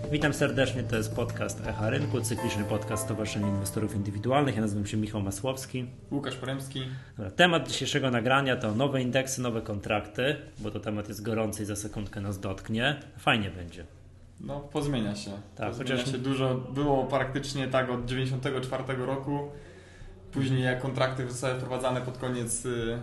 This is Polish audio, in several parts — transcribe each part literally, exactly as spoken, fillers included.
Witam serdecznie, to jest podcast Echa Rynku, cykliczny podcast Stowarzyszenia Inwestorów Indywidualnych. Ja nazywam się Michał Masłowski. Łukasz Poremski. Dobra, temat dzisiejszego nagrania to nowe indeksy, nowe kontrakty, bo to temat jest gorący i za sekundkę nas dotknie. Fajnie będzie. No, pozmienia się. Tak, pozmienia chociaż... się dużo. Było praktycznie tak od dziewięćdziesiątego czwartego roku. Później jak kontrakty zostały wprowadzane pod koniec yy,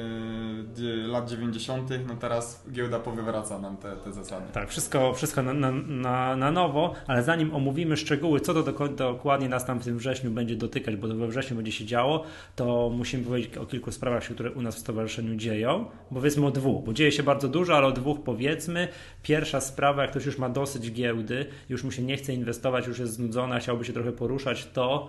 yy, lat dziewięćdziesiątych, no teraz giełda powywraca nam te, te zasady. Tak, wszystko, wszystko na, na, na, na nowo, ale zanim omówimy szczegóły, co to do, dokładnie nas tam w tym wrześniu będzie dotykać, bo to we wrześniu będzie się działo, to musimy powiedzieć o kilku sprawach, które u nas w stowarzyszeniu dzieją. Powiedzmy o dwóch, bo dzieje się bardzo dużo, ale o dwóch powiedzmy. Pierwsza sprawa, jak ktoś już ma dosyć giełdy, już mu się nie chce inwestować, już jest znudzony, chciałby się trochę poruszać, to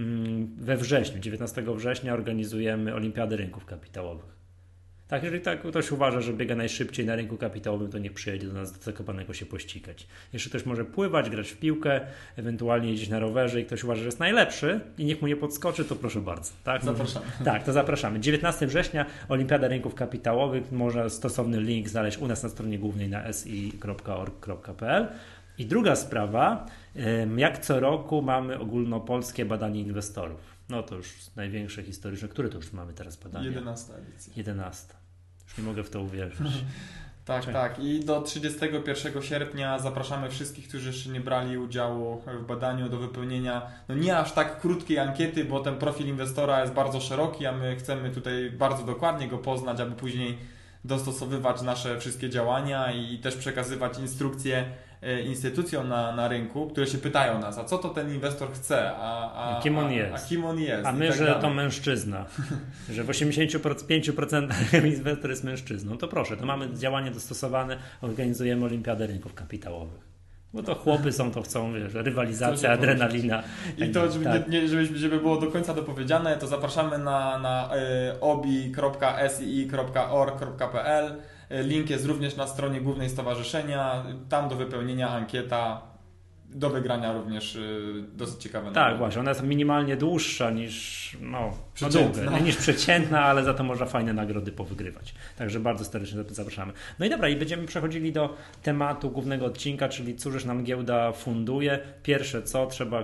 we wrześniu, dziewiętnastego września organizujemy Olimpiadę Rynków Kapitałowych. Tak, jeżeli tak ktoś uważa, że biega najszybciej na rynku kapitałowym, to niech przyjedzie do nas do Zakopanego się pościgać. Jeszcze ktoś może pływać, grać w piłkę, ewentualnie jeździć na rowerze i ktoś uważa, że jest najlepszy i niech mu nie podskoczy, to proszę bardzo. Tak, zapraszamy. Tak, to zapraszamy. dziewiętnastego września Olimpiada Rynków Kapitałowych. Można stosowny link znaleźć u nas na stronie głównej na s i kropka org kropka p l. I druga sprawa, jak co roku mamy ogólnopolskie badanie inwestorów. No to już największe historyczne. Które to już mamy teraz badanie? jedenasta edycja. jedenasta. Już nie mogę w to uwierzyć. Tak, Cześć. tak. I do trzydziestego pierwszego sierpnia zapraszamy wszystkich, którzy jeszcze nie brali udziału w badaniu do wypełnienia no nie aż tak krótkiej ankiety, bo ten profil inwestora jest bardzo szeroki, a my chcemy tutaj bardzo dokładnie go poznać, aby później dostosowywać nasze wszystkie działania i też przekazywać instrukcje instytucjom na, na rynku, które się pytają nas, a co to ten inwestor chce, a, a, kim on a, jest, a kim on jest. A my, tak że dalej. to mężczyzna, że w osiemdziesięciu pięciu procentach inwestor jest mężczyzną, to proszę, to mamy działanie dostosowane, organizujemy Olimpiadę Rynków Kapitałowych. Bo to chłopy są, to chcą, wiesz, rywalizacja, adrenalina. I to, żeby, tak. nie, żeby, żeby było do końca dopowiedziane, to zapraszamy na, na y, obi kropka s i i kropka org kropka p l. Link jest również na stronie głównej stowarzyszenia. Tam do wypełnienia ankieta, do wygrania również y, dosyć ciekawe. Tak, nagrody. właśnie. Ona jest minimalnie dłuższa niż, no, przeciętna. No, niż przeciętna, ale za to można fajne nagrody powygrywać. Także bardzo serdecznie zapraszamy. No i dobra, i będziemy przechodzili do tematu głównego odcinka, czyli cóż nam giełda funduje. Pierwsze co, trzeba,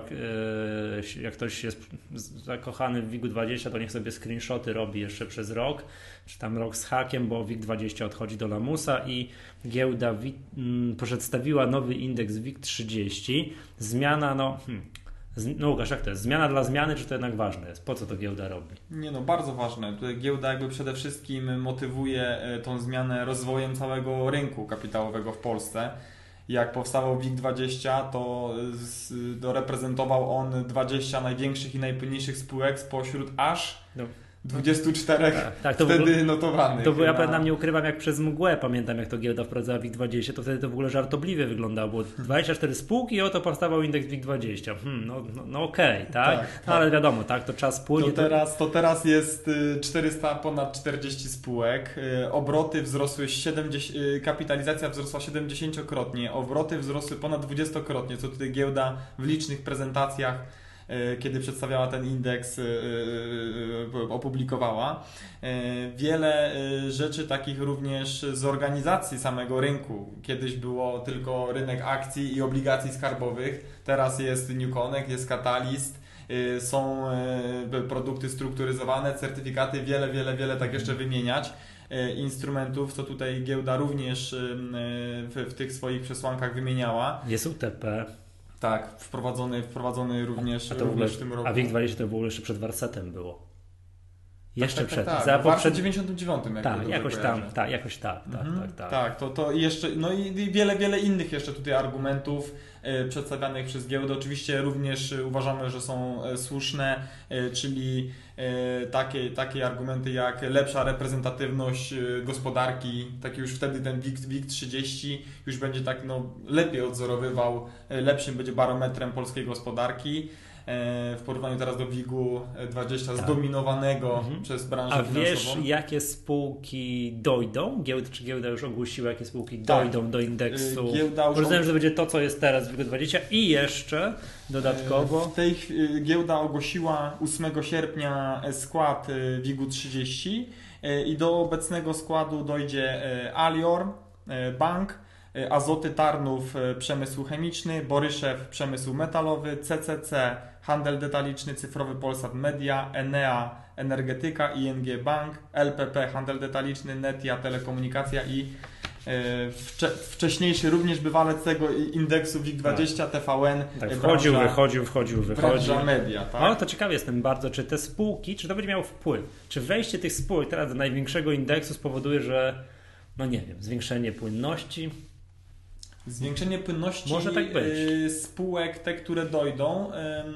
yy, jak ktoś jest zakochany w WIG dwadzieścia, to niech sobie screenshoty robi jeszcze przez rok, czy tam rok z hakiem, bo WIG dwadzieścia odchodzi do lamusa i giełda WIG, mm, przedstawiła nowy indeks WIG trzydzieści. Zmiana, no, hmm, no Łukasz, jak to jest? Zmiana dla zmiany, czy to jednak ważne jest? Po co to giełda robi? Nie no, bardzo ważne. Tutaj giełda jakby przede wszystkim motywuje tą zmianę rozwojem całego rynku kapitałowego w Polsce. Jak powstawał WIG dwadzieścia, to, to reprezentował on dwadzieścia największych i najpłynniejszych spółek spośród aż no. dwudziestu czterech tak, tak, to wtedy ogóle, notowanych. To ja na... nie ukrywam, jak przez mgłę pamiętam, jak to giełda wprowadzała WIG dwadzieścia, to wtedy to w ogóle żartobliwie wyglądało. Było dwadzieścia cztery spółki i oto powstawał indeks WIG dwadzieścia. Hmm, no no, no okej, okay, tak? tak, no, ale tak. Wiadomo, tak, to czas płynie. To teraz, to teraz jest czterysta, ponad czterdzieści spółek. Obroty wzrosły siedemdziesiąt, kapitalizacja wzrosła siedemdziesięciokrotnie, obroty wzrosły ponad dwudziestokrotnie, co tutaj giełda w licznych prezentacjach, kiedy przedstawiała ten indeks, opublikowała. Wiele rzeczy takich również z organizacji samego rynku. Kiedyś było tylko rynek akcji i obligacji skarbowych, teraz jest NewConnect, jest Catalyst, są produkty strukturyzowane, certyfikaty, wiele, wiele, wiele tak jeszcze wymieniać instrumentów, co tutaj giełda również w, w tych swoich przesłankach wymieniała. Jest U T P. Tak, wprowadzony, wprowadzony również, a to również w, w tym roku. A WIG dwadzieścia to było jeszcze przed Warsetem było. Jeszcze tak, przed. Tak, tak. Za poprzed... w dziewięćdziesiątym dziewiątym jak tak, jakoś tam, tak, jakoś tak, tak, mhm. tak, tak. Tak, to, to jeszcze, no i wiele, wiele innych jeszcze tutaj argumentów e, przedstawianych przez giełdę. Oczywiście również uważamy, że są e, słuszne, e, czyli e, takie, takie argumenty jak lepsza reprezentatywność e, gospodarki, taki już wtedy ten WIG, WIG trzydzieści już będzie tak no, lepiej odzorowywał, e, lepszym będzie barometrem polskiej gospodarki. W porównaniu teraz do WIG-u dwadzieścia tak. zdominowanego mhm. przez branżę A finansową. wiesz, jakie spółki dojdą? Giełda, czy giełda już ogłosiła, jakie spółki tak. dojdą do indeksu? Giełda już Rozumiem, że to będzie to, co jest teraz w WIG dwadzieścia i jeszcze dodatkowo... W tej giełda ogłosiła ósmego sierpnia skład WIG-u trzydzieści i do obecnego składu dojdzie Alior Bank, Azoty Tarnów przemysł chemiczny, Boryszew przemysł metalowy, C C C handel detaliczny, Cyfrowy Polsat Media, Enea energetyka, I N G Bank, L P P handel detaliczny, Netia telekomunikacja i Wcze, wcześniejszy również bywalec tego indeksu W I G dwadzieścia, tak. T V N. Tak, wchodził, branża, wychodził, wchodził, wychodził. Branża media, tak? No to ciekawy jestem bardzo, czy te spółki, czy to będzie miało wpływ? Czy wejście tych spółek teraz do największego indeksu spowoduje, że no nie wiem, zwiększenie płynności? Zwiększenie płynności może tak być. Spółek, te, które dojdą,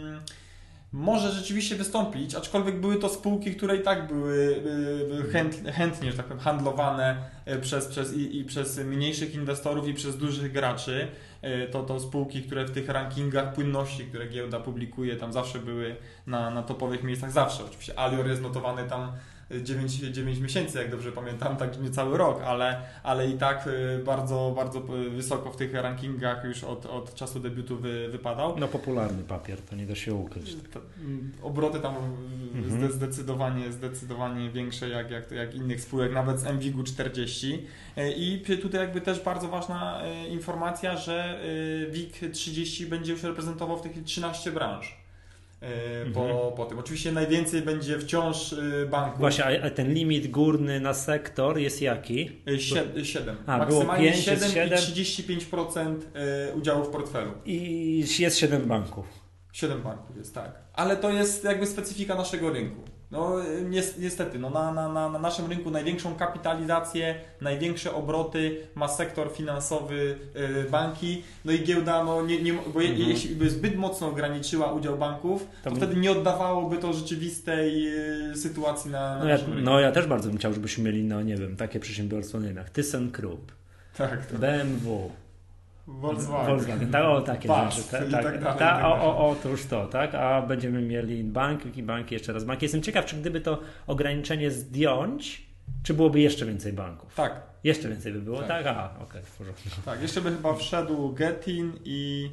może rzeczywiście wystąpić, aczkolwiek były to spółki, które i tak były chęt, chętnie, że tak powiem, handlowane przez, przez, i, i przez mniejszych inwestorów i przez dużych graczy. To, to spółki, które w tych rankingach płynności, które giełda publikuje, tam zawsze były na, na topowych miejscach, zawsze. Oczywiście Alior jest notowany tam dziewięć miesięcy, jak dobrze pamiętam, tak nie cały rok, ale, ale i tak bardzo, bardzo wysoko w tych rankingach już od, od czasu debiutu wy, wypadał. No popularny papier, to nie da się ukryć. Obroty tam mhm. zdecydowanie, zdecydowanie większe jak, jak, jak innych spółek, nawet z M W I G-u czterdzieści. I tutaj jakby też bardzo ważna informacja, że W I G trzydzieści będzie już reprezentował w tej chwili trzynaście branż. Po, mhm. po tym. Oczywiście najwięcej będzie wciąż banków. Właśnie, a ten limit górny na sektor jest jaki? siedem. A, maksymalnie pięć, siedem, siedem i trzydzieści pięć procent udziału w portfelu. I jest siedem banków. siedem banków jest, tak. Ale to jest jakby specyfika naszego rynku. No niestety, no, na, na, na naszym rynku największą kapitalizację, największe obroty ma sektor finansowy, yy, banki, no i giełda, no nie, nie, bo je, mhm. jeśli by zbyt mocno ograniczyła udział banków, to, to wtedy nie oddawałoby to rzeczywistej yy, sytuacji na, na no, ja, naszym rynku. No ja też bardzo bym chciał, żebyśmy mieli, no nie wiem, takie przedsiębiorstwo, nie wiem, jak ThyssenKrupp, tak, tak. B M W, Volkswagen. Volkswagen, tak, o takie Pas, rzeczy. Ta, tak, tak, tak dalej, ta, tak o, o, otóż to, tak? A będziemy mieli banki, banki, jeszcze raz banki. Jestem ciekaw, czy gdyby to ograniczenie zdjąć, czy byłoby jeszcze więcej banków? Tak. Jeszcze więcej by było, tak? tak? A, okej, okay, w porządku. Tak, jeszcze by chyba wszedł Getin i...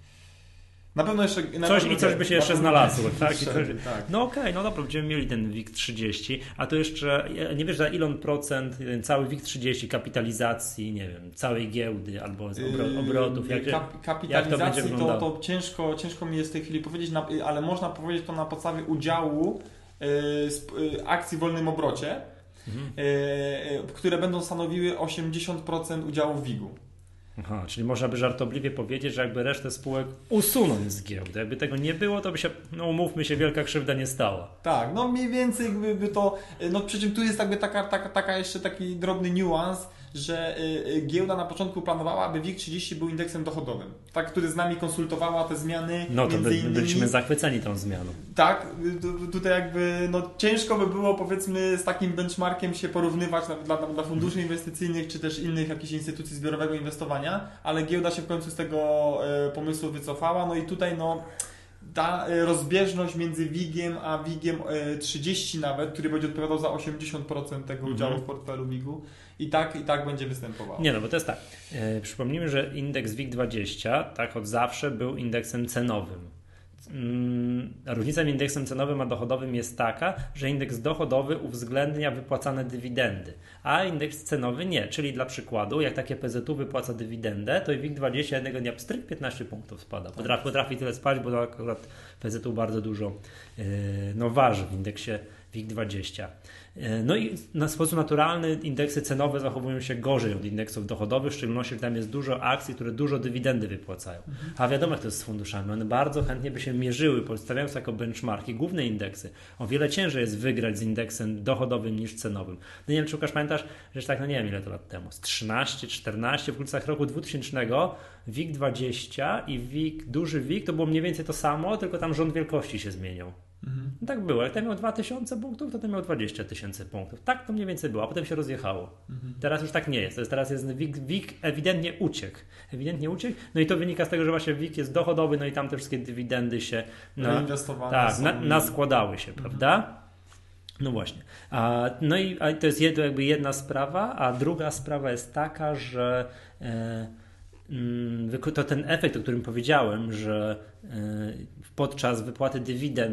Na pewno jeszcze... Na coś pewno i coś by się jeszcze znalazło, tak? I coś, tak. No okej, okay, no dobra, będziemy mieli ten W I G trzydzieści, a to jeszcze, nie wiesz za ile procent cały W I G trzydzieści kapitalizacji, nie wiem, całej giełdy albo obro, obrotów, jak, Kap, kapitalizacji jak to będzie wyglądało? To, to ciężko, ciężko mi jest w tej chwili powiedzieć, ale można powiedzieć to na podstawie udziału yy, akcji w wolnym obrocie, mhm. yy, które będą stanowiły osiemdziesiąt procent udziału w W I G-u. Aha, czyli można by żartobliwie powiedzieć, że jakby resztę spółek usunąć z giełdy. Jakby tego nie było, to by się, no umówmy się, wielka krzywda nie stała. Tak, no mniej więcej by, by to, no przy czym tu jest jakby taka, taka, taka jeszcze taki drobny niuans, że y, giełda na początku planowała, aby W I G trzydzieści był indeksem dochodowym. Tak, który z nami konsultowała te zmiany. No to między by, innymi, byliśmy zachwyceni tą zmianą. Tak, tutaj jakby no, ciężko by było powiedzmy z takim benchmarkiem się porównywać dla, dla, dla funduszy inwestycyjnych czy też innych jakichś instytucji zbiorowego inwestowania, ale giełda się w końcu z tego y, pomysłu wycofała. No i tutaj no ta rozbieżność między W I G-iem a W I G-iem trzydzieści nawet, który będzie odpowiadał za osiemdziesiąt procent tego mm-hmm. udziału w portfelu W I G-u i tak, i tak będzie występowało. Nie no, bo to jest tak. E, przypomnijmy, że indeks W I G dwadzieścia tak od zawsze był indeksem cenowym. Mm, różnica między indeksem cenowym a dochodowym jest taka, że indeks dochodowy uwzględnia wypłacane dywidendy, a indeks cenowy nie. Czyli dla przykładu, jak takie P Z U wypłaca dywidendę, to W I G dwadzieścia jednego dnia pstryk piętnaście punktów spada. Potrafi, potrafi tyle spać, bo akurat P Z U bardzo dużo yy, no, waży w indeksie W I G dwadzieścia. No i na sposób naturalny indeksy cenowe zachowują się gorzej od indeksów dochodowych, w szczególności, że tam jest dużo akcji, które dużo dywidendy wypłacają. Mhm. A wiadomo, jak to jest z funduszami. One bardzo chętnie by się mierzyły, postawiając jako benchmarki główne indeksy. O wiele ciężej jest wygrać z indeksem dochodowym niż cenowym. No nie wiem, czy Łukasz pamiętasz, że tak, no nie wiem ile to lat temu, z trzynaście, czternaście, w okolicach roku dwutysięcznego W I G dwadzieścia i W I G, duży W I G to było mniej więcej to samo, tylko tam rząd wielkości się zmieniał. Mhm. No tak było. Jak ten miał dwa tysiące punktów, to ten miał dwadzieścia tysięcy punktów. Tak to mniej więcej było, a potem się rozjechało. Mhm. Teraz już tak nie jest. Teraz jest W I G, W I G ewidentnie uciekł. Ewidentnie uciekł. No i to wynika z tego, że właśnie W I G jest dochodowy, no i tam te wszystkie dywidendy się na, tak, na, naskładały się, mhm. prawda? No właśnie. A, no i a to jest jedno, jakby jedna sprawa, a druga sprawa jest taka, że e, to ten efekt, o którym powiedziałem, że podczas wypłaty dywidend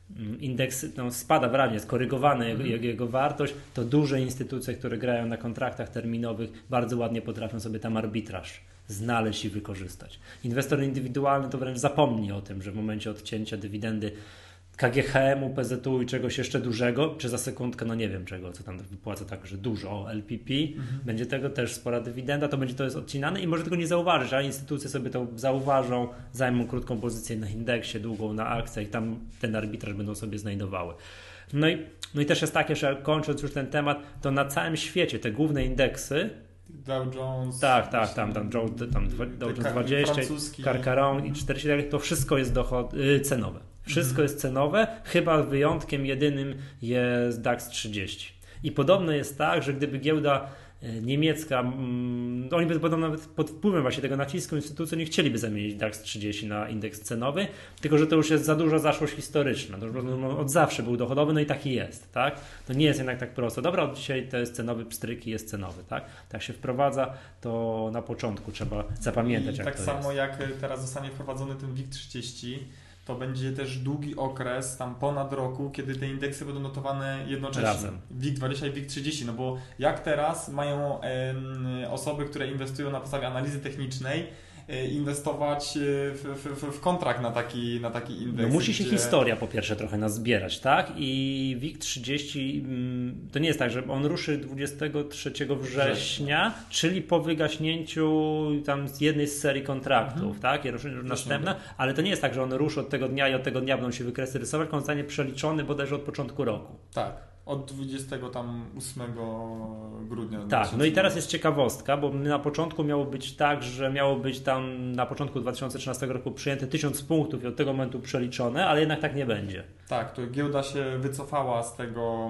indeks no, spada wyraźnie, skorygowany jego, jego, jego wartość, to duże instytucje, które grają na kontraktach terminowych, bardzo ładnie potrafią sobie tam arbitraż znaleźć i wykorzystać. Inwestor indywidualny to wręcz zapomni o tym, że w momencie odcięcia dywidendy K G H M u, P Z U i czegoś jeszcze dużego, czy za sekundkę, no nie wiem czego, co tam wypłaca tak, że dużo, L P P, mhm. będzie tego też spora dywidenda, to będzie to jest odcinane i może tego nie zauważyć, a instytucje sobie to zauważą, zajmą krótką pozycję na indeksie, długą na akcjach i tam ten arbitraż będą sobie znajdowały. No i, no i też jest takie, że kończąc już ten temat, to na całym świecie te główne indeksy Dow Jones. Tak, tak, tam, tam, tam, tam Dow Jones dwadzieścia, Carcaron i czterdzieści, to wszystko jest dochod, yy, cenowe. Wszystko mhm. jest cenowe, chyba wyjątkiem jedynym jest DAX trzydzieści. I podobno jest tak, że gdyby giełda niemiecka, mm, oni by podobno nawet pod wpływem właśnie tego nacisku instytucji nie chcieliby zamienić DAX trzydzieści na indeks cenowy, tylko że to już jest za dużo zaszłość historyczna. To już od zawsze był dochodowy, no i taki jest, tak? To nie jest jednak tak prosto. Dobra, od dzisiaj to jest cenowy, pstryk i jest cenowy, tak? Tak się wprowadza, to na początku trzeba zapamiętać, I jak tak to samo jest. jak teraz zostanie wprowadzony ten WIG trzydzieści, to będzie też długi okres, tam ponad roku, kiedy te indeksy będą notowane jednocześnie. Razem. WIG dwadzieścia i WIG trzydzieści, no bo jak teraz mają em, osoby, które inwestują na podstawie analizy technicznej, e, inwestować w, w, w kontrakt na taki, na taki indeks. No musi się gdzie... historia po pierwsze trochę nazbierać, tak? I WIG trzydzieści to nie jest tak, że on ruszy dwudziestego trzeciego września, czyli po wygaśnięciu tam z jednej z serii kontraktów, mhm. tak? I ruszy następna, ale to nie jest tak, że on ruszy od tego dnia i od tego dnia będą się wykresy rysować, on zostanie przeliczony bodajże od początku roku. Tak. Od dwudziestego ósmego grudnia. Tak, no i teraz jest ciekawostka, bo na początku miało być tak, że miało być tam na początku dwa tysiące trzynastego roku przyjęte tysiąc punktów i od tego momentu przeliczone, ale jednak tak nie będzie. Tak, to giełda się wycofała z tego,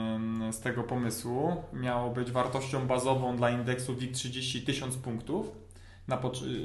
z tego pomysłu. Miało być wartością bazową dla indeksu WIG trzydzieści tysiąc punktów. Na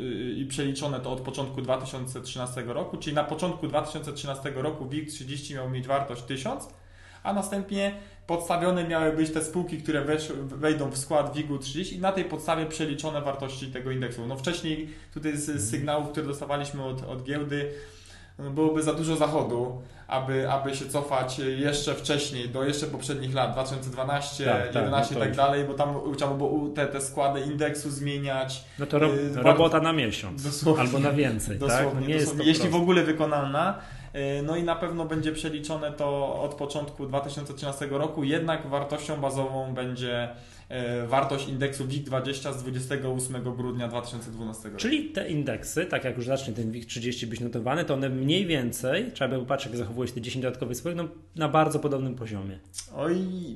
i przeliczone to od początku dwa tysiące trzynastego roku, czyli na początku dwa tysiące trzynastego roku WIG trzydzieści miał mieć wartość tysiąc, a następnie podstawione miały być te spółki, które wesz, wejdą w skład WIG-u trzydzieści i na tej podstawie przeliczone wartości tego indeksu. No wcześniej tutaj z, z sygnałów, które dostawaliśmy od, od giełdy, byłoby za dużo zachodu, aby, aby się cofać jeszcze wcześniej, do jeszcze poprzednich lat, dwa tysiące dwanaście, tak, jedenaście tak, no i tak dalej, bo tam trzeba było te, te składy indeksu zmieniać. No to ro, yy, robota na miesiąc, dosłownie, albo na więcej, dosłownie, tak? No nie dosłownie, jest jeśli w ogóle wykonalna. No i na pewno będzie przeliczone to od początku dwa tysiące trzynastego roku, jednak wartością bazową będzie wartość indeksu WIG dwadzieścia z dwudziestego ósmego grudnia dwa tysiące dwunastego roku. Czyli te indeksy, tak jak już zacznie ten WIG trzydzieści być notowany, to one mniej więcej, trzeba by popatrzeć, jak zachowuje się te dziesięć dodatkowych spółek, no, na bardzo podobnym poziomie. Oj,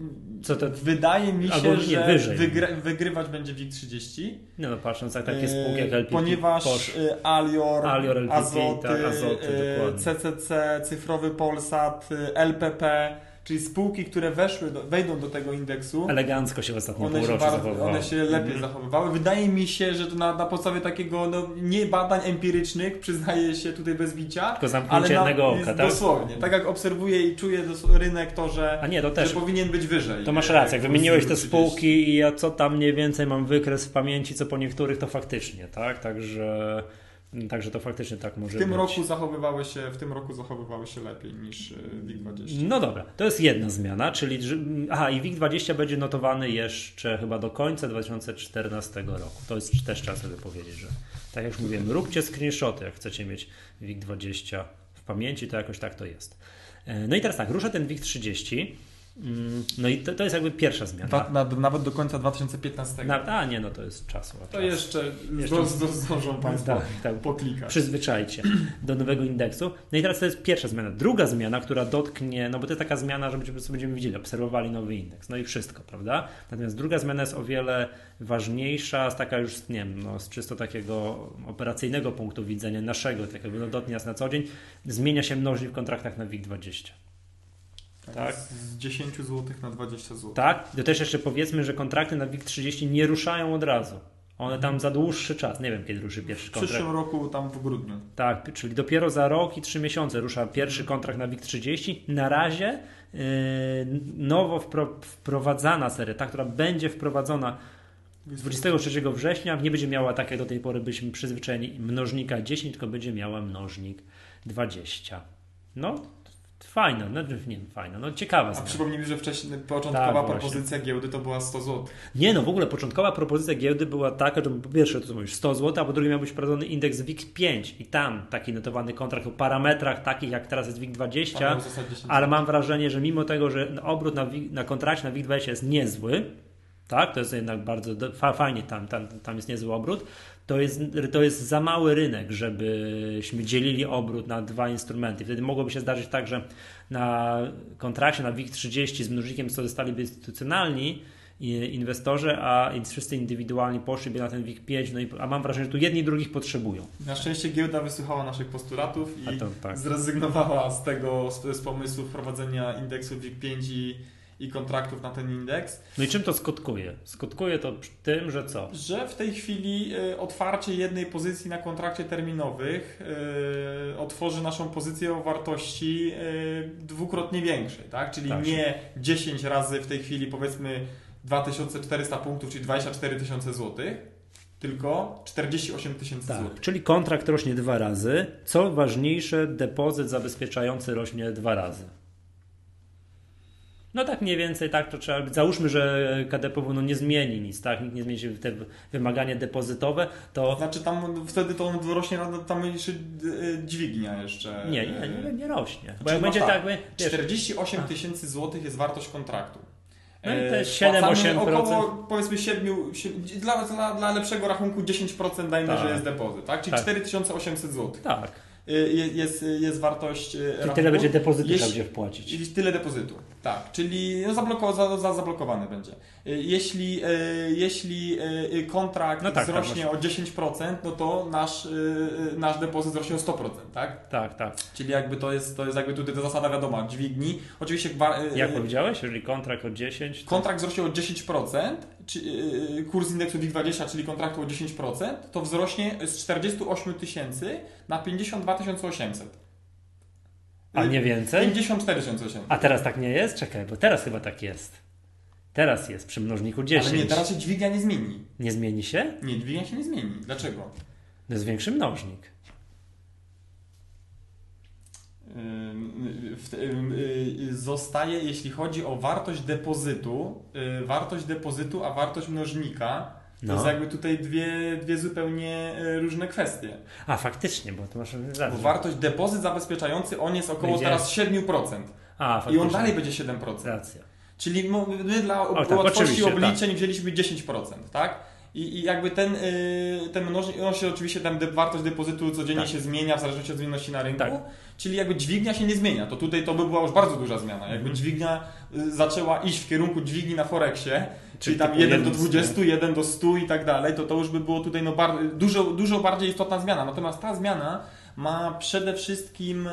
Co to? Wydaje mi się, Albo nie, że wyżej. Wygry, wygrywać będzie WIG trzydzieści. No, no patrząc jak takie spółki jak L P P, ponieważ Posz, Alior, Alior, L P P, Azoty, tak, Azoty, C C C, Cyfrowy Polsat, L P P, czyli spółki, które weszły do, wejdą do tego indeksu. Elegancko się w ostatnim one półroczu się bardzo, zachowywały. One się lepiej mm-hmm. zachowywały. Wydaje mi się, że to na, na podstawie takiego no, nie badań empirycznych, przyznaję się tutaj bez bicia. Tylko zamknięcie ale jednego na, oka, tak? Dosłownie. Tak jak obserwuję i czuję rynek, to że, A nie, to też, że powinien być wyżej. To masz rację, jak wymieniłeś te spółki i ja co tam mniej więcej mam wykres w pamięci, co po niektórych, to faktycznie, tak? Także... Także to faktycznie tak może w tym być. Roku zachowywały się, w tym roku zachowywały się lepiej niż WIG dwadzieścia. No dobra, to jest jedna zmiana, czyli że, aha, i WIG dwadzieścia będzie notowany jeszcze chyba do końca dwa tysiące czternastego roku. To jest też czas, żeby powiedzieć, że tak jak już mówiłem, róbcie screenshoty, jak chcecie mieć WIG dwadzieścia w pamięci, to jakoś tak to jest. No i teraz tak, rusza ten WIG trzydzieści. No i to, to jest jakby pierwsza zmiana. Ta, na, nawet do końca dwa tysiące piętnastego. Na, a nie, no to jest czasu. To czas. jeszcze, jeszcze zdążą Państwo tak, tak, poklikać. Przyzwyczajcie do nowego indeksu. No i teraz to jest pierwsza zmiana. Druga zmiana, która dotknie, no bo to jest taka zmiana, że będziemy, będziemy widzieli, obserwowali nowy indeks. No i wszystko, prawda? Natomiast druga zmiana jest o wiele ważniejsza, z taka już, nie wiem, no, z czysto takiego operacyjnego punktu widzenia naszego, takiego no, dotknie nas na co dzień. Zmienia się mnożnik w kontraktach na WIG dwadzieścia. Tak. Z dziesięć złotych na dwadzieścia złotych. Tak. To też jeszcze powiedzmy, że kontrakty na WIG trzydzieści nie ruszają od razu. One tam za dłuższy czas. Nie wiem, kiedy ruszy pierwszy kontrakt. W przyszłym roku tam w grudniu. Tak, czyli dopiero za rok i trzy miesiące rusza pierwszy kontrakt na WIG trzydzieści. Na razie yy, nowo wpro, wprowadzana seria, ta, która będzie wprowadzona dwudziestego trzeciego września, nie będzie miała, tak jak do tej pory byliśmy przyzwyczajeni, mnożnika dziesięć, tylko będzie miała mnożnik dwadzieścia. No, Fajna, no nie fajna, no ciekawa. A zmiana. przypomnijmy, że wcześniej początkowa Tak, propozycja giełdy to była sto złotych. Nie, no w ogóle początkowa propozycja giełdy była taka, że po pierwsze to co mówisz, sto złotych, a po drugie miał być wprowadzony indeks W I X pięć i tam taki notowany kontrakt o parametrach takich jak teraz jest W I X dwadzieścia, ale mam wrażenie, że mimo tego, że obrót na, na kontrakcie na W I X dwadzieścia jest niezły, tak, to jest jednak bardzo fa- fajnie, tam, tam, tam jest niezły obrót, to jest, to jest za mały rynek, żebyśmy dzielili obrót na dwa instrumenty. Wtedy mogłoby się zdarzyć tak, że na kontrakcie na W I X trzydzieści z mnożnikiem co zostaliby instytucjonalni inwestorzy, a wszyscy indywidualni poszliby na ten W I X pięć, no i, a mam wrażenie, że tu jedni i drugich potrzebują. Na szczęście giełda wysłuchała naszych postulatów i to, tak. zrezygnowała z tego, z, z pomysłu wprowadzenia indeksu W I X pięć i, i kontraktów na ten indeks. No i czym to skutkuje? Skutkuje to tym, że co? Że w tej chwili y, otwarcie jednej pozycji na kontrakcie terminowych y, otworzy naszą pozycję o wartości y, dwukrotnie większej, tak? Czyli tak. nie dziesięć razy w tej chwili powiedzmy dwa tysiące czterysta punktów, czyli dwadzieścia cztery tysiące złotych, tylko czterdzieści osiem tysięcy tak. złotych. Czyli kontrakt rośnie dwa razy. Co ważniejsze, depozyt zabezpieczający rośnie dwa razy. No tak mniej więcej, tak to trzeba. Załóżmy, że K D P W no nie zmieni nic, tak? Nikt nie zmieni się te wymagania depozytowe, to. Znaczy tam wtedy to on rośnie tam jeszcze dźwignia jeszcze. Nie, nie, nie, nie rośnie. Bo Czyli jak będzie tak, tak, wiesz, czterdzieści osiem tysięcy złotych jest wartość kontraktu. No i to jest siedem osiem procent. Około powiedzmy siedem, dla, dla, dla lepszego rachunku dziesięć procent dajmy, tak. że jest depozyt, tak? Czyli tak. cztery tysiące osiemset złotych. Tak. Jest, jest wartość Czyli rachunku. tyle będzie depozytu trzeba będzie wpłacić. Czyli tyle depozytu, tak. Czyli no zabloko, za, za, zablokowany będzie. Jeśli, jeśli kontrakt no tak, wzrośnie tak, o dziesięć procent, no to nasz, nasz depozyt wzrośnie o sto procent, tak? Tak, tak. Czyli jakby to jest, to jest jakby tutaj ta zasada wiadoma, dźwigni. Oczywiście... Jak powiedziałeś, jeżeli kontrakt o dziesięć... To... Kontrakt wzrośnie o dziesięć procent, czy, kurs indeksu W I X dwadzieścia, czyli kontraktu o dziesięć procent, to wzrośnie z czterdzieści osiem tysięcy na pięćdziesiąt dwa tysiące osiemset. A nie więcej? pięćdziesiąt cztery tysiące osiemset. A teraz tak nie jest? Czekaj, bo teraz chyba tak jest. Teraz jest przy mnożniku dziesięć. Ale nie, teraz się dźwignia nie zmieni. Nie zmieni się? Nie, dźwignia się nie zmieni. Dlaczego? To jest większy mnożnik. Zostaje, jeśli chodzi o wartość depozytu, wartość depozytu, a wartość mnożnika, to no. jest jakby tutaj dwie, dwie zupełnie różne kwestie. A faktycznie, bo to masz rację. Bo wartość depozyt zabezpieczający, on jest około będzie... teraz siedem procent. A, faktycznie. I on dalej będzie siedem procent. Racja. Czyli my dla o, tak, łatwości obliczeń tak. wzięliśmy dziesięć procent, tak? I, I jakby ten, yy, ten mnożnik, on się oczywiście tam de, wartość depozytu codziennie tak. się zmienia w zależności od zmienności na rynku, tak. czyli jakby dźwignia się nie zmienia. To tutaj to by była już bardzo duża zmiana. Jakby mhm. dźwignia y, zaczęła iść w kierunku dźwigni na Forexie, czyli tam jeden do dwudziestu, jeden do stu i tak dalej, to to już by było tutaj no, bar, dużo, dużo bardziej istotna zmiana. Natomiast ta zmiana ma przede wszystkim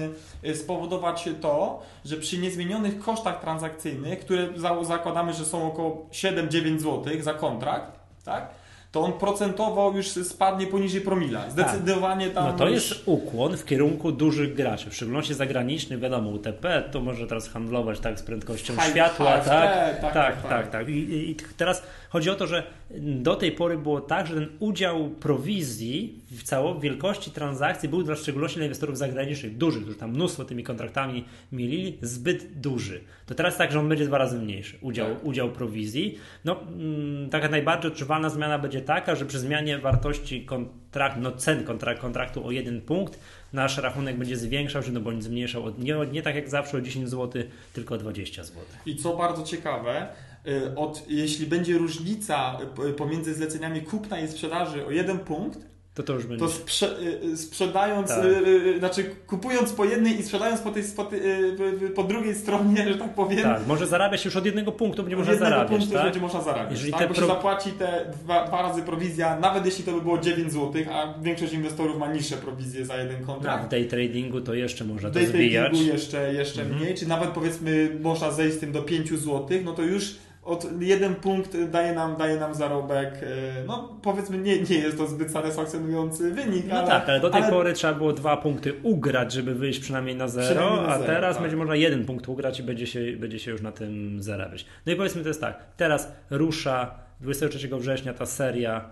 y, spowodować to, że przy niezmienionych kosztach transakcyjnych, które za, zakładamy, że są około siedem dziewięć złotych za kontrakt, tak? to on procentowo już spadnie poniżej promila. Zdecydowanie tak. tam... No to już... jest ukłon w kierunku dużych graczy, w szczególności zagranicznych, wiadomo, U T P to może teraz handlować tak z prędkością High, światła, high, tak, tak, tak, tak, tak, tak. I, I teraz chodzi o to, że do tej pory było tak, że ten udział prowizji w całości wielkości transakcji był dla szczególności dla inwestorów zagranicznych, dużych, którzy tam mnóstwo tymi kontraktami mielili, zbyt duży. To teraz tak, że on będzie dwa razy mniejszy, udział, tak. udział prowizji. No, mm, taka najbardziej odczuwalna zmiana będzie taka, że przy zmianie wartości kontraktu, no cen kontrakt, kontraktu o jeden punkt, nasz rachunek będzie zwiększał się, no bo on zmniejszał od, nie, nie tak jak zawsze o dziesięć złotych, tylko o dwadzieścia złotych. I co bardzo ciekawe, od, jeśli będzie różnica pomiędzy zleceniami kupna i sprzedaży o jeden punkt, to, to, już będzie. to sprze sprzedając, tak. yy, znaczy kupując po jednej i sprzedając po, tej, po, yy, po drugiej stronie, że tak powiem. Tak, może zarabiać już od jednego punktu, będzie od można jednego zarabiać. punktu tak? będzie można zarabiać. Jeżeli tak? te Bo pro... się zapłaci te dwa, dwa razy prowizja, nawet jeśli to by było dziewięć złotych, a większość inwestorów ma niższe prowizje za jeden kontrakt. A w day tradingu to jeszcze można w to zbijać. W day tradingu jeszcze, jeszcze mhm. mniej, czy nawet powiedzmy można zejść z tym do pięć złotych, no to już od jeden punkt daje nam, daje nam zarobek, no powiedzmy nie, nie jest to zbyt satysfakcjonujący wynik. No ale, tak, ale do tej ale... pory trzeba było dwa punkty ugrać, żeby wyjść przynajmniej na zero, przynajmniej na a zero, teraz tak. będzie można jeden punkt ugrać i będzie się, będzie się już na tym zarabiać. No i powiedzmy to jest tak, teraz rusza dwudziestego trzeciego września ta seria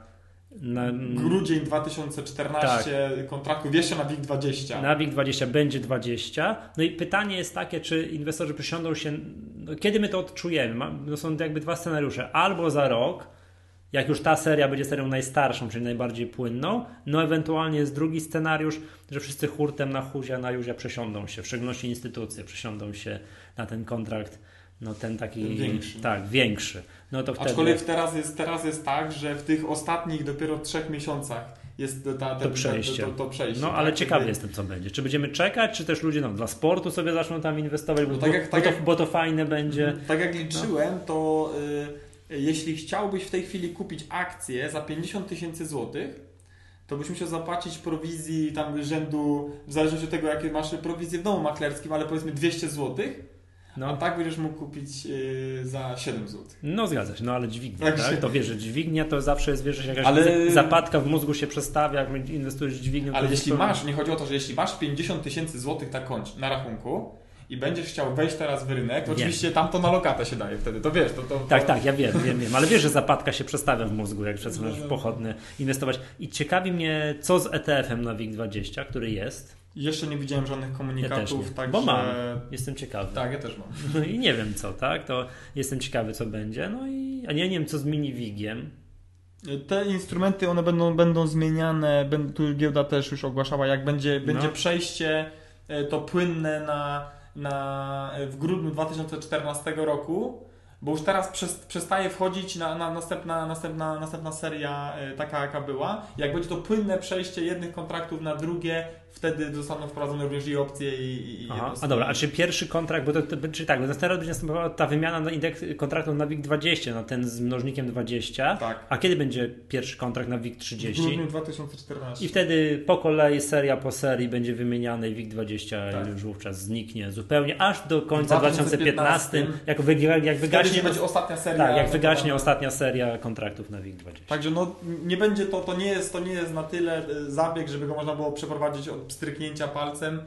Na, Grudzień dwa tysiące czternasty tak. kontraktów jeszcze na WIG dwadzieścia. Na WIG dwadzieścia będzie dwadzieścia. No i pytanie jest takie, czy inwestorzy przysiądą się, no kiedy my to odczujemy? No są jakby dwa scenariusze. Albo za rok, jak już ta seria będzie serią najstarszą, czyli najbardziej płynną, no ewentualnie jest drugi scenariusz, że wszyscy hurtem na huzia, na juzia przesiądą się, w szczególności instytucje przesiądą się na ten kontrakt, no ten taki większy. Tak, większy. No to wtedy... Aczkolwiek teraz jest, teraz jest tak, że w tych ostatnich dopiero trzech miesiącach jest ta, ta, to, przejście. To, to, to przejście. No tak? ale ciekawy Jakby... jestem, co będzie. Czy będziemy czekać, czy też ludzie no, dla sportu sobie zaczną tam inwestować, bo, no tak jak, bo, tak to, jak, bo to fajne będzie. Tak jak liczyłem, no. to y, jeśli chciałbyś w tej chwili kupić akcję za pięćdziesiąt tysięcy złotych, to byś musiał zapłacić prowizji tam rzędu, w zależności od tego, jakie masz prowizję w domu maklerskim, ale powiedzmy dwieście złotych. No. A tak będziesz mógł kupić yy, za siedem złotych. No zgadza się, no ale dźwignia, tak? tak? To wiesz, że dźwignia to zawsze jest, wiesz, że jakaś ale... zapadka w mózgu się przestawia, jak inwestujesz w dźwignię. Ale jeśli to... masz, nie chodzi o to, że jeśli masz pięćdziesiąt tysięcy złotych na, koncie, na rachunku i będziesz chciał wejść teraz w rynek, to oczywiście tam to na lokatę się daje wtedy, to wiesz. To, to, to... Tak, tak, ja wiem, wiem, wiem, ale wiesz, że zapadka się przestawia w mózgu, jak zaczynasz pochodny inwestować. I ciekawi mnie, co z E T F-em na WIG dwadzieścia, który jest. Jeszcze nie widziałem żadnych komunikatów, ja tak bo że... mam, jestem ciekawy. Tak, ja też mam. No i nie wiem co, tak, to jestem ciekawy, co będzie, no i a ja nie wiem, co z mini WIG-iem. Te instrumenty, one będą, będą zmieniane, będą, tu giełda też już ogłaszała, jak będzie, będzie no. przejście to płynne na, na, w grudniu dwa tysiące czternastego roku, bo już teraz przestaje wchodzić na, na następna, następna, następna seria taka, jaka była. Jak będzie to płynne przejście jednych kontraktów na drugie, wtedy zostaną wprowadzone również i opcje i, i Aha, a dobra, a czy pierwszy kontrakt, bo to, to czy tak, bo teraz będzie następowała ta wymiana na indeks kontraktów na WIG dwadzieścia, no ten z mnożnikiem dwadzieścia, tak. A kiedy będzie pierwszy kontrakt na WIG trzydzieści? W grudniu dwa tysiące czternastego. I wtedy po kolei, seria po serii będzie wymieniany i WIG dwadzieścia tak. już wówczas zniknie zupełnie, aż do końca dwa tysiące piętnastego, jak, wy, jak wygaśnie, będzie ostatnia seria. Tak, jak wygaśnie ostatnia seria kontraktów na WIG dwadzieścia. Także no nie będzie to, to nie jest, to nie jest na tyle zabieg, żeby go można było przeprowadzić od pstryknięcia palcem.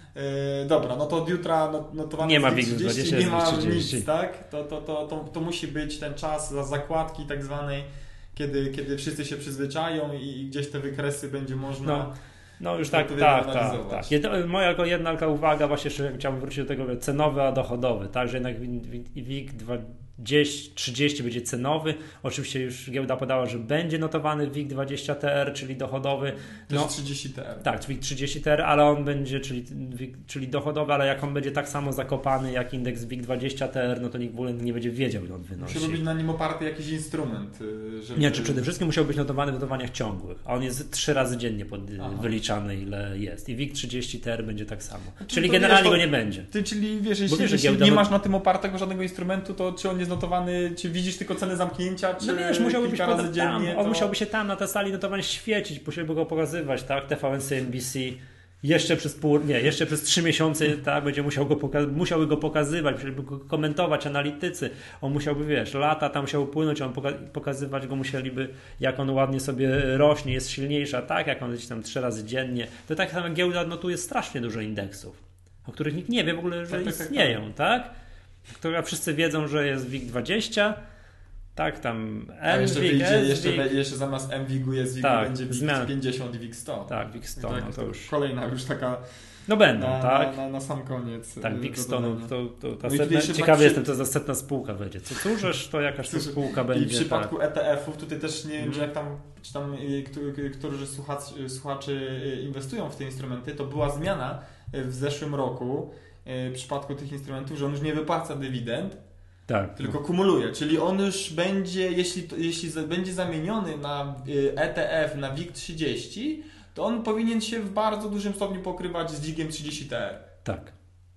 Yy, dobra, no to od jutra no, no to nie ma WIG dwadzieścia, nie ma nic, tak? To, to, to, to, to musi być ten czas za zakładki tak zwanej, kiedy, kiedy wszyscy się przyzwyczają i, i gdzieś te wykresy będzie można... No. No już tak, tak, tak, tak. Jedna, moja tylko jedna taka uwaga, właśnie jeszcze chciałbym wrócić do tego cenowy, a dochodowy, tak, że jednak WIG dwadzieścia trzydzieści będzie cenowy. Oczywiście już giełda podała, że będzie notowany WIG dwadzieścia T R, czyli dochodowy. No, to jest trzydzieści T R. Tak, WIG trzydzieści T R, ale on będzie, czyli, czyli dochodowy, ale jak on będzie tak samo zakopany jak indeks WIG dwadzieścia T R, no to nikt w ogóle nie będzie wiedział, ile on wynosi. Musi być na nim oparty jakiś instrument. Żeby... Nie, czy przede wszystkim musiał być notowany w notowaniach ciągłych, a on jest trzy razy dziennie pod, wyliczany, ile jest. I WIG trzydzieści T R będzie tak samo. Czyli, czyli generalnie wiesz, to, go nie będzie. Ty, czyli wiesz, jeśli, wiesz, jeśli nie masz na tym opartego żadnego instrumentu, to czy on jest notowany, czy widzisz tylko cenę zamknięcia, czy no wiesz, musiałby być razy dziennie? Tam, to... On musiałby się tam na tej sali notowań świecić, musiałby go pokazywać, tak? T V N, C N B C. Jeszcze przez pół, nie, jeszcze przez trzy miesiące tak, będzie musiał go poka- musiałby go pokazywać, musiałby go komentować analitycy. On musiałby, wiesz, lata tam musiał płynąć, on poka- pokazywać go musieliby, jak on ładnie sobie rośnie, jest silniejsza, tak? Jak on gdzieś tam trzy razy dziennie. To tak samo giełda notuje strasznie dużo indeksów, o których nikt nie wie w ogóle, że tak, istnieją, tak? tak? Które wszyscy wiedzą, że jest WIG dwadzieścia. Tak, tam M, jeszcze, WIG, wyjdzie, jeszcze, WIG. jeszcze zamiast M WIG-u jest WIG, tak, będzie WIG pięćdziesiąt i WIG sto. Tak, WIG sto, tak, no to już... Kolejna już taka... No będą, na, tak? Na, na, na sam koniec. Tak, WIG sto, no to, to ta setna, ciekawy jestem, co za setna spółka będzie. Co cóżeż to jakaś to spółka będzie. I w przypadku tak. E T F-ów tutaj też nie wiem, hmm. jak tam, czy tam którzy słuchaczy, słuchaczy inwestują w te instrumenty, to była zmiana w zeszłym roku w przypadku tych instrumentów, że on już nie wypłaca dywidend, tak, tylko no. kumuluje, czyli on już będzie, jeśli, jeśli będzie zamieniony na E T F na WIG trzydzieści, to on powinien się w bardzo dużym stopniu pokrywać z WIG-iem trzydzieści T R. Tak.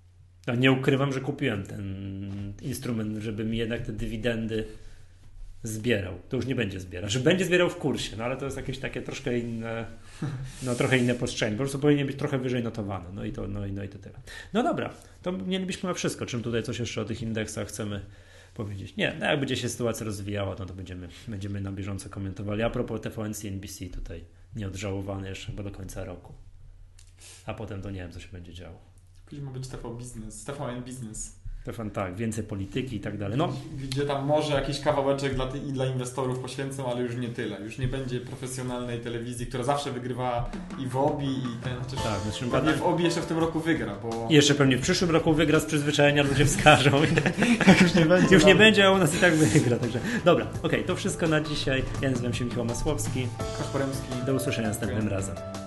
Ja nie ukrywam, że kupiłem ten instrument, żeby mi jednak te dywidendy zbierał. To już nie będzie zbierał. Że będzie zbierał w kursie, no ale to jest jakieś takie troszkę inne, no trochę inne postrzeganie. Po prostu powinien być trochę wyżej notowany. No i to, no i, no i to tyle. No dobra, to mielibyśmy na wszystko. Czym tutaj coś jeszcze o tych indeksach chcemy powiedzieć? Nie, no jak będzie się sytuacja rozwijała, no to będziemy, będziemy na bieżąco komentowali. A propos T V N, C N B C tutaj nieodżałowany jeszcze chyba do końca roku. A potem to nie wiem, co się będzie działo. Później ma być T V Business, T V N Business. Stefan, tak, więcej polityki i tak dalej. No. Gdzie tam może jakiś kawałeczek dla, ty, i dla inwestorów poświęcą, ale już nie tyle. Już nie będzie profesjonalnej telewizji, która zawsze wygrywa i w Obi, i ten... Czy, tak, znaczy, pewnie w Obi jeszcze w tym roku wygra, bo... I jeszcze pewnie w przyszłym roku wygra, z przyzwyczajenia ludzie wskażą. już nie będzie, już nie będzie, a u nas i tak wygra. Także. Dobra, okej, okay, to wszystko na dzisiaj. Ja nazywam się Michał Masłowski. Łukasz Poremski. Do usłyszenia następnym razem.